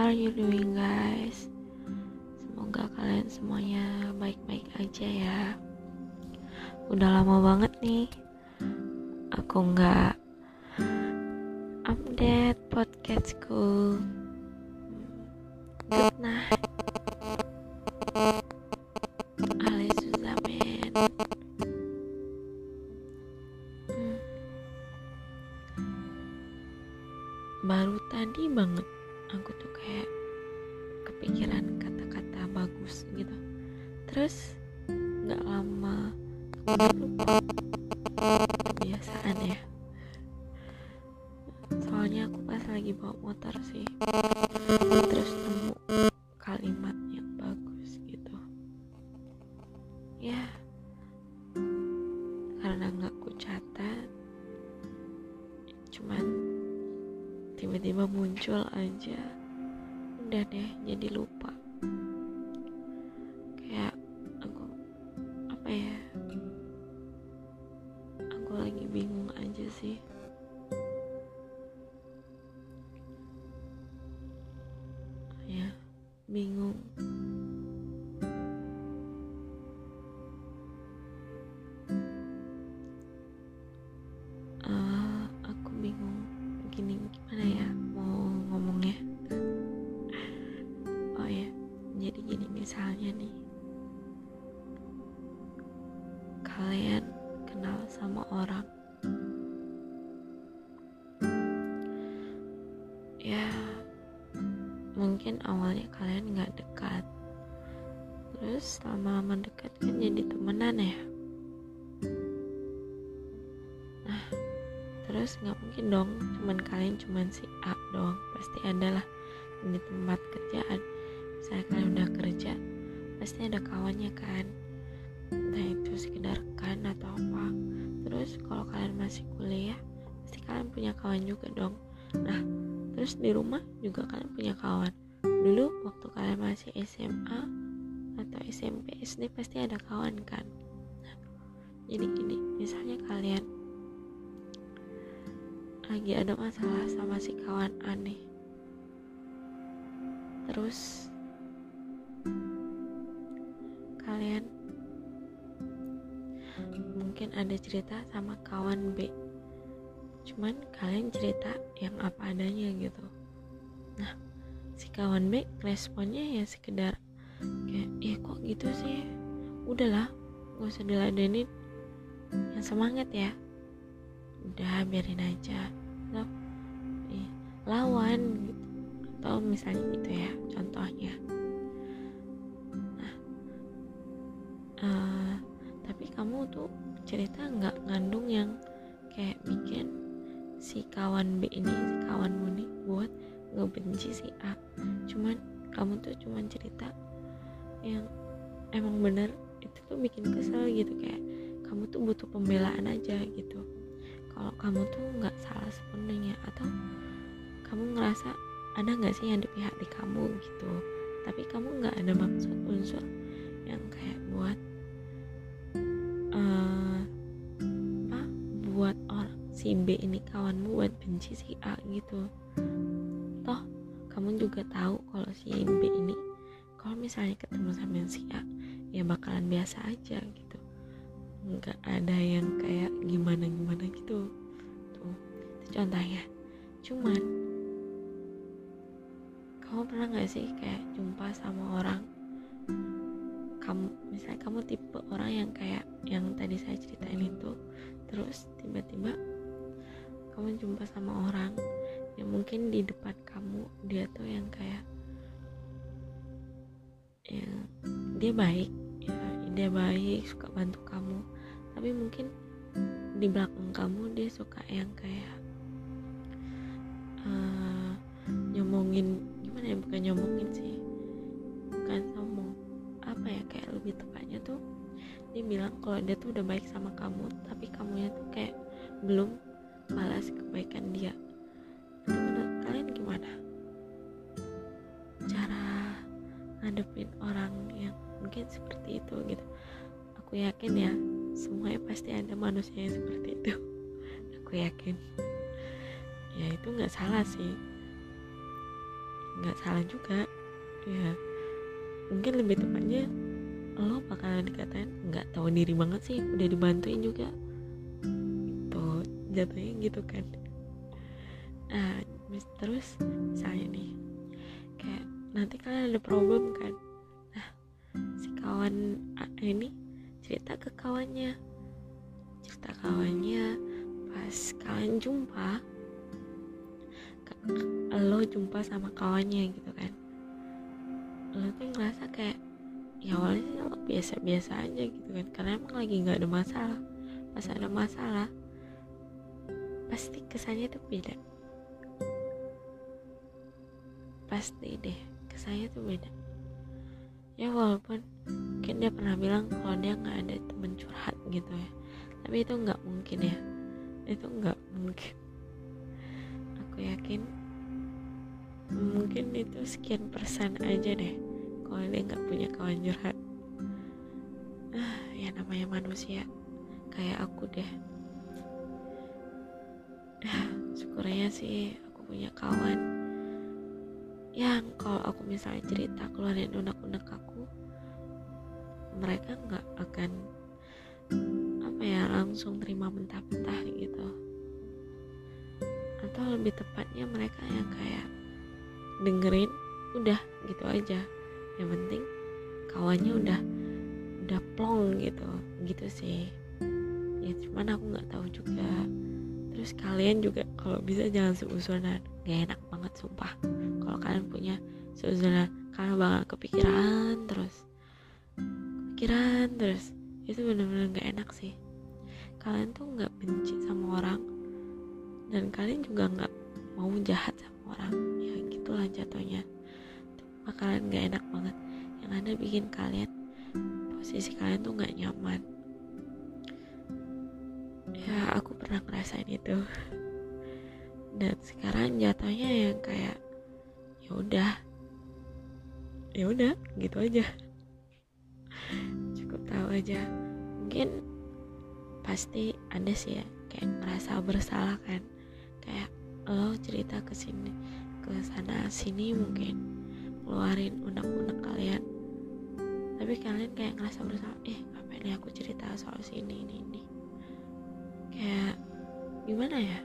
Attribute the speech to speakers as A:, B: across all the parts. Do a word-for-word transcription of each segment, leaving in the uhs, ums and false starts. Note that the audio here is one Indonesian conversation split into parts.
A: are you doing guys? Semoga kalian semuanya baik-baik aja ya. Udah lama banget nih aku nggak update podcastku. Good night. Ale Suzamen. Hmm. Baru tadi banget aku tuh kayak kepikiran kata-kata bagus gitu. Terus nggak lama aku udah lupa. Kebiasaan ya. Soalnya aku pas lagi bawa motor sih, terus nemu kalimat yang bagus gitu. Ya, karena nggak ku catat, cuman tiba-tiba muncul aja. Udah deh, jadi lupa. Kayak aku apa ya? Aku lagi bingung aja sih. Ya, bingung. Uh, aku bingung. Gini gimana ya mau ngomongnya? Oh ya, jadi gini misalnya nih, kalian kenal sama orang, ya mungkin awalnya kalian nggak dekat, terus lama-lama dekat kan jadi temenan ya. Nah, terus nggak mungkin dong cuman kalian cuman si A doang, pasti ada lah di tempat kerjaan. Misalnya kalian udah kerja, pasti ada kawannya kan, entah itu sekedar kan atau apa. Terus kalau kalian masih kuliah, pasti kalian punya kawan juga dong. Nah, terus di rumah juga kalian punya kawan. Dulu waktu kalian masih S M A atau S M P, S D pasti ada kawan kan. Nah, jadi gini, misalnya kalian lagi ada masalah sama si kawan aneh, terus kalian mungkin ada cerita sama kawan B, cuman kalian cerita yang apa adanya gitu. Nah, si kawan B responnya ya sekedar kayak, eh kok gitu sih, udahlah gak usah diladenin, yang semangat ya, udah biarin aja, atau eh, lawan gitu, atau misalnya gitu ya contohnya. Nah, uh, tapi kamu tuh cerita nggak ngandung yang kayak bikin si kawan B ini, si kawanmu nih buat ngebenci si A. Cuman kamu tuh cuman cerita yang emang bener itu tuh bikin kesel gitu, kayak kamu tuh butuh pembelaan aja gitu. Kalau kamu tuh nggak salah sepenuhnya, atau kamu ngerasa ada nggak sih yang di pihak di kamu gitu, tapi kamu nggak ada maksud unsur yang kayak buat uh, apa buat orang si B ini kawanmu buat benci si A gitu. Toh kamu juga tahu kalau si B ini kalau misalnya ketemu sama si A ya bakalan biasa aja gitu, nggak ada yang kayak gimana-gimana gitu. Tuh, itu contohnya. Cuman kamu pernah nggak sih kayak jumpa sama orang, kamu misalnya kamu tipe orang yang kayak yang tadi saya ceritain itu, terus tiba-tiba kamu jumpa sama orang yang mungkin di depan kamu dia tuh yang kayak yang dia baik ya, dia baik, suka bantu kamu, tapi mungkin di belakang kamu dia suka yang kayak uh, nyomongin, gimana ya, bukan nyomongin sih, bukan sombong, apa ya, kayak lebih tepatnya tuh dia bilang kalau dia tuh udah baik sama kamu, tapi kamunya tuh kayak belum balas kebaikan dia. Itu menurut kalian gimana cara ngadepin orang yang mungkin seperti itu gitu? Aku yakin ya semuanya pasti ada manusia yang seperti itu. Aku yakin ya itu nggak salah sih. nggak salah juga ya, mungkin lebih tepatnya lo bakalan dikatain nggak tahu diri banget sih, udah dibantuin juga tuh jatuhnya gitu kan. Nah terus misalnya nih kayak nanti kalian ada problem kan, nah si kawan ini cerita ke kawannya cerita kawannya pas kalian jumpa, lo jumpa sama kawannya gitu kan, lo tuh ngerasa kayak ya awalnya sih lo biasa-biasa aja gitu kan, karena emang lagi nggak ada masalah. Pas ada masalah pasti kesannya tuh beda, pasti deh kesannya tuh beda ya. Walaupun mungkin dia pernah bilang kalau dia nggak ada temen curhat gitu ya, tapi itu nggak mungkin ya, itu nggak mungkin. Aku yakin mungkin itu sekian persen aja deh kalau dia nggak punya kawan curhat. Ah, ya namanya manusia kayak aku deh. Ah, syukurnya sih aku punya kawan yang kalau aku misalnya cerita keluarin unek-unek aku, mereka nggak akan apa ya langsung terima mentah-mentah gitu, atau lebih tepatnya mereka yang kayak dengerin udah gitu aja, yang penting kawannya udah udah plong gitu gitu sih ya. Cuman aku nggak tahu juga. Terus kalian juga kalau bisa jangan seuzonan, gak enak banget sumpah. Kalau kalian punya seuzonan, kalian bakal kepikiran terus kepikiran terus itu benar-benar gak enak sih. Kalian tuh nggak benci sama orang dan kalian juga nggak mau jahat sama orang ya, gitulah jatuhnya. Itu bakalan gak enak banget, yang ada bikin kalian posisi kalian tuh nggak nyaman ya. Aku pernah ngerasain itu dan sekarang jatuhnya yang kayak ya udah ya udah gitu aja, cukup tahu aja. Mungkin pasti ada sih ya kayak ngerasa bersalah kan, kayak lo cerita ke sini ke sana sini mungkin ngeluarin unek-unek kalian, tapi kalian kayak ngerasa bersalah, eh ngapain ya aku cerita soal sini ini ini kayak gimana ya,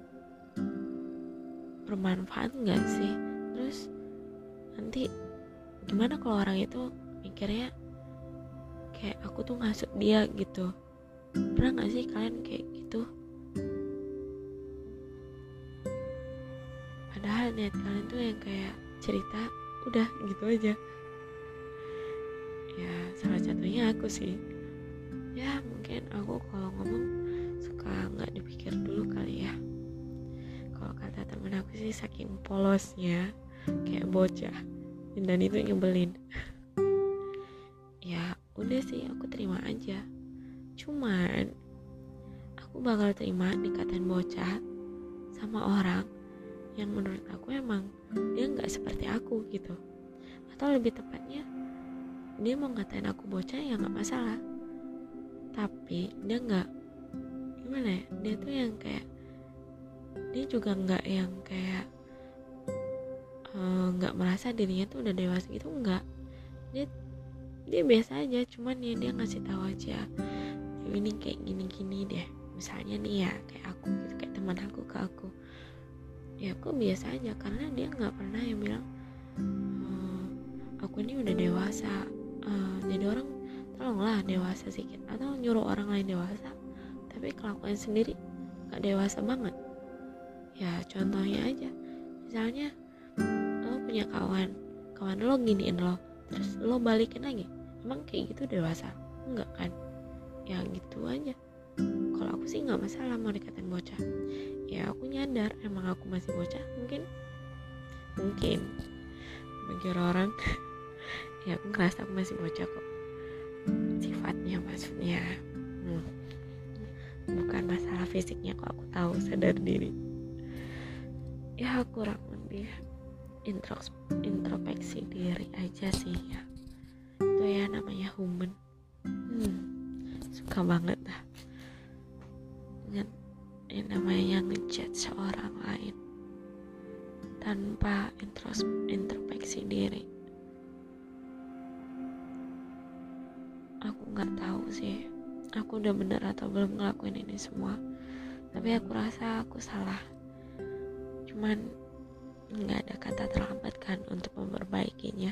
A: bermanfaat nggak sih? Terus nanti gimana kalau orang itu mikirnya kayak aku tuh ngasut dia gitu? Pernah nggak sih kalian kayak gitu? Padahal niat kalian tuh yang kayak cerita udah gitu aja ya. Salah satunya aku sih ya, mungkin aku kalau ngomong suka nggak dipikir dulu kali ya. Kalau kata temen aku sih saking polosnya kayak bocah, dan itu nyebelin. Ya udah sih aku terima aja. Cuman aku bakal terima dikatain bocah sama orang yang menurut aku emang dia nggak seperti aku gitu, atau lebih tepatnya dia mau ngatain aku bocah ya nggak masalah, tapi dia nggak gimana ya, dia tuh yang kayak dia juga nggak yang kayak nggak uh, merasa dirinya tuh udah dewasa gitu, nggak. Dia dia biasa aja, cuman ya dia ngasih tahu aja ini kayak gini-gini deh, misalnya nih ya kayak aku gitu, kayak teman aku ke aku ya aku biasa aja, karena dia nggak pernah yang bilang ehm, aku ini udah dewasa, uh, jadi orang tolonglah dewasa sedikit, atau nyuruh orang lain dewasa tapi kelakuan sendiri nggak dewasa banget ya. Contohnya aja misalnya lo punya kawan kawan lo giniin lo terus lo balikin lagi, emang kayak gitu dewasa? Enggak kan ya, gitu aja. Kalau aku sih nggak masalah mau dikatain bocah ya, aku nyadar emang aku masih bocah, mungkin mungkin bagi orang ya aku ngerasa aku masih bocah kok sifatnya, maksudnya hmm. bukan masalah fisiknya kok, aku tahu, sadar diri ya. Aku kurang lebih intros, introspeksi diri aja sih ya, itu ya namanya human. hmm, suka banget dah dengan yang namanya ngejudge seorang lain tanpa intros, intro tahu sih aku udah bener atau belum ngelakuin ini semua, tapi aku rasa aku salah. Cuman nggak ada kata terlambat kan untuk memperbaikinya.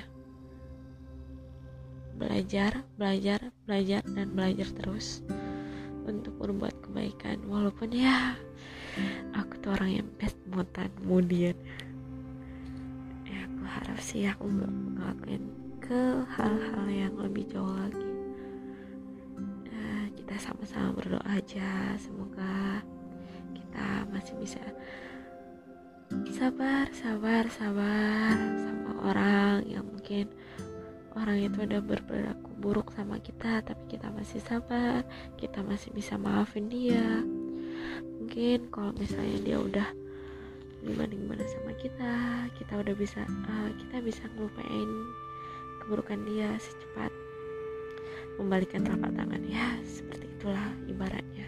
A: Belajar, belajar, belajar, dan belajar terus untuk berbuat kebaikan. Walaupun ya aku tuh orang yang best mutan kemudian ya aku harap sih aku nggak ngelakuin ke hal-hal yang lebih jauh lagi. Ya, kita sama-sama berdoa aja, semoga kita masih bisa sabar, sabar, sabar sama orang yang mungkin orang itu udah berperilaku buruk sama kita, tapi kita masih sabar, kita masih bisa maafin dia. Mungkin kalau misalnya dia udah gimana-gimana sama kita, kita udah bisa uh, kita bisa ngelupain keburukan dia secepat membalikan telapak tangan. Ya seperti itulah ibaratnya.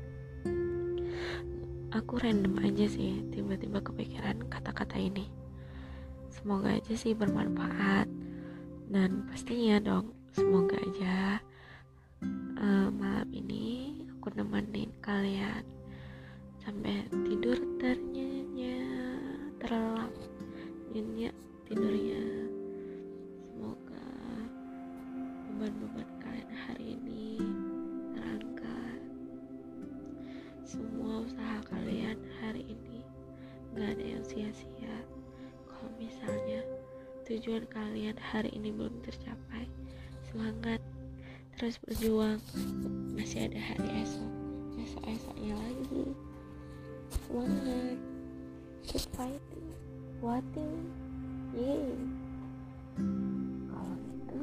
A: Aku random aja sih tiba-tiba kepikiran kata-kata ini. Semoga aja sih bermanfaat, dan pastinya dong semoga aja uh, malam ini aku nemenin kalian sampai tidur ternyenyak, terlelap nyenyak tidurnya. Semoga beban-beban kalian hari ini terangkat, semua usaha kalian hari ini gak ada yang sia-sia. Kalau misalnya tujuan kalian hari ini belum tercapai, semangat, terus berjuang, masih ada hari esok, esok-esoknya lagi. Semangat, keep fighting, fighting, yeay. Kalau gitu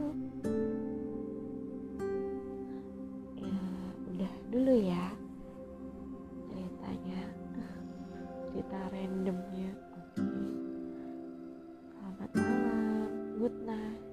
A: ya udah dulu ya ceritanya, cerita randomnya. Oke, selamat malam, good night.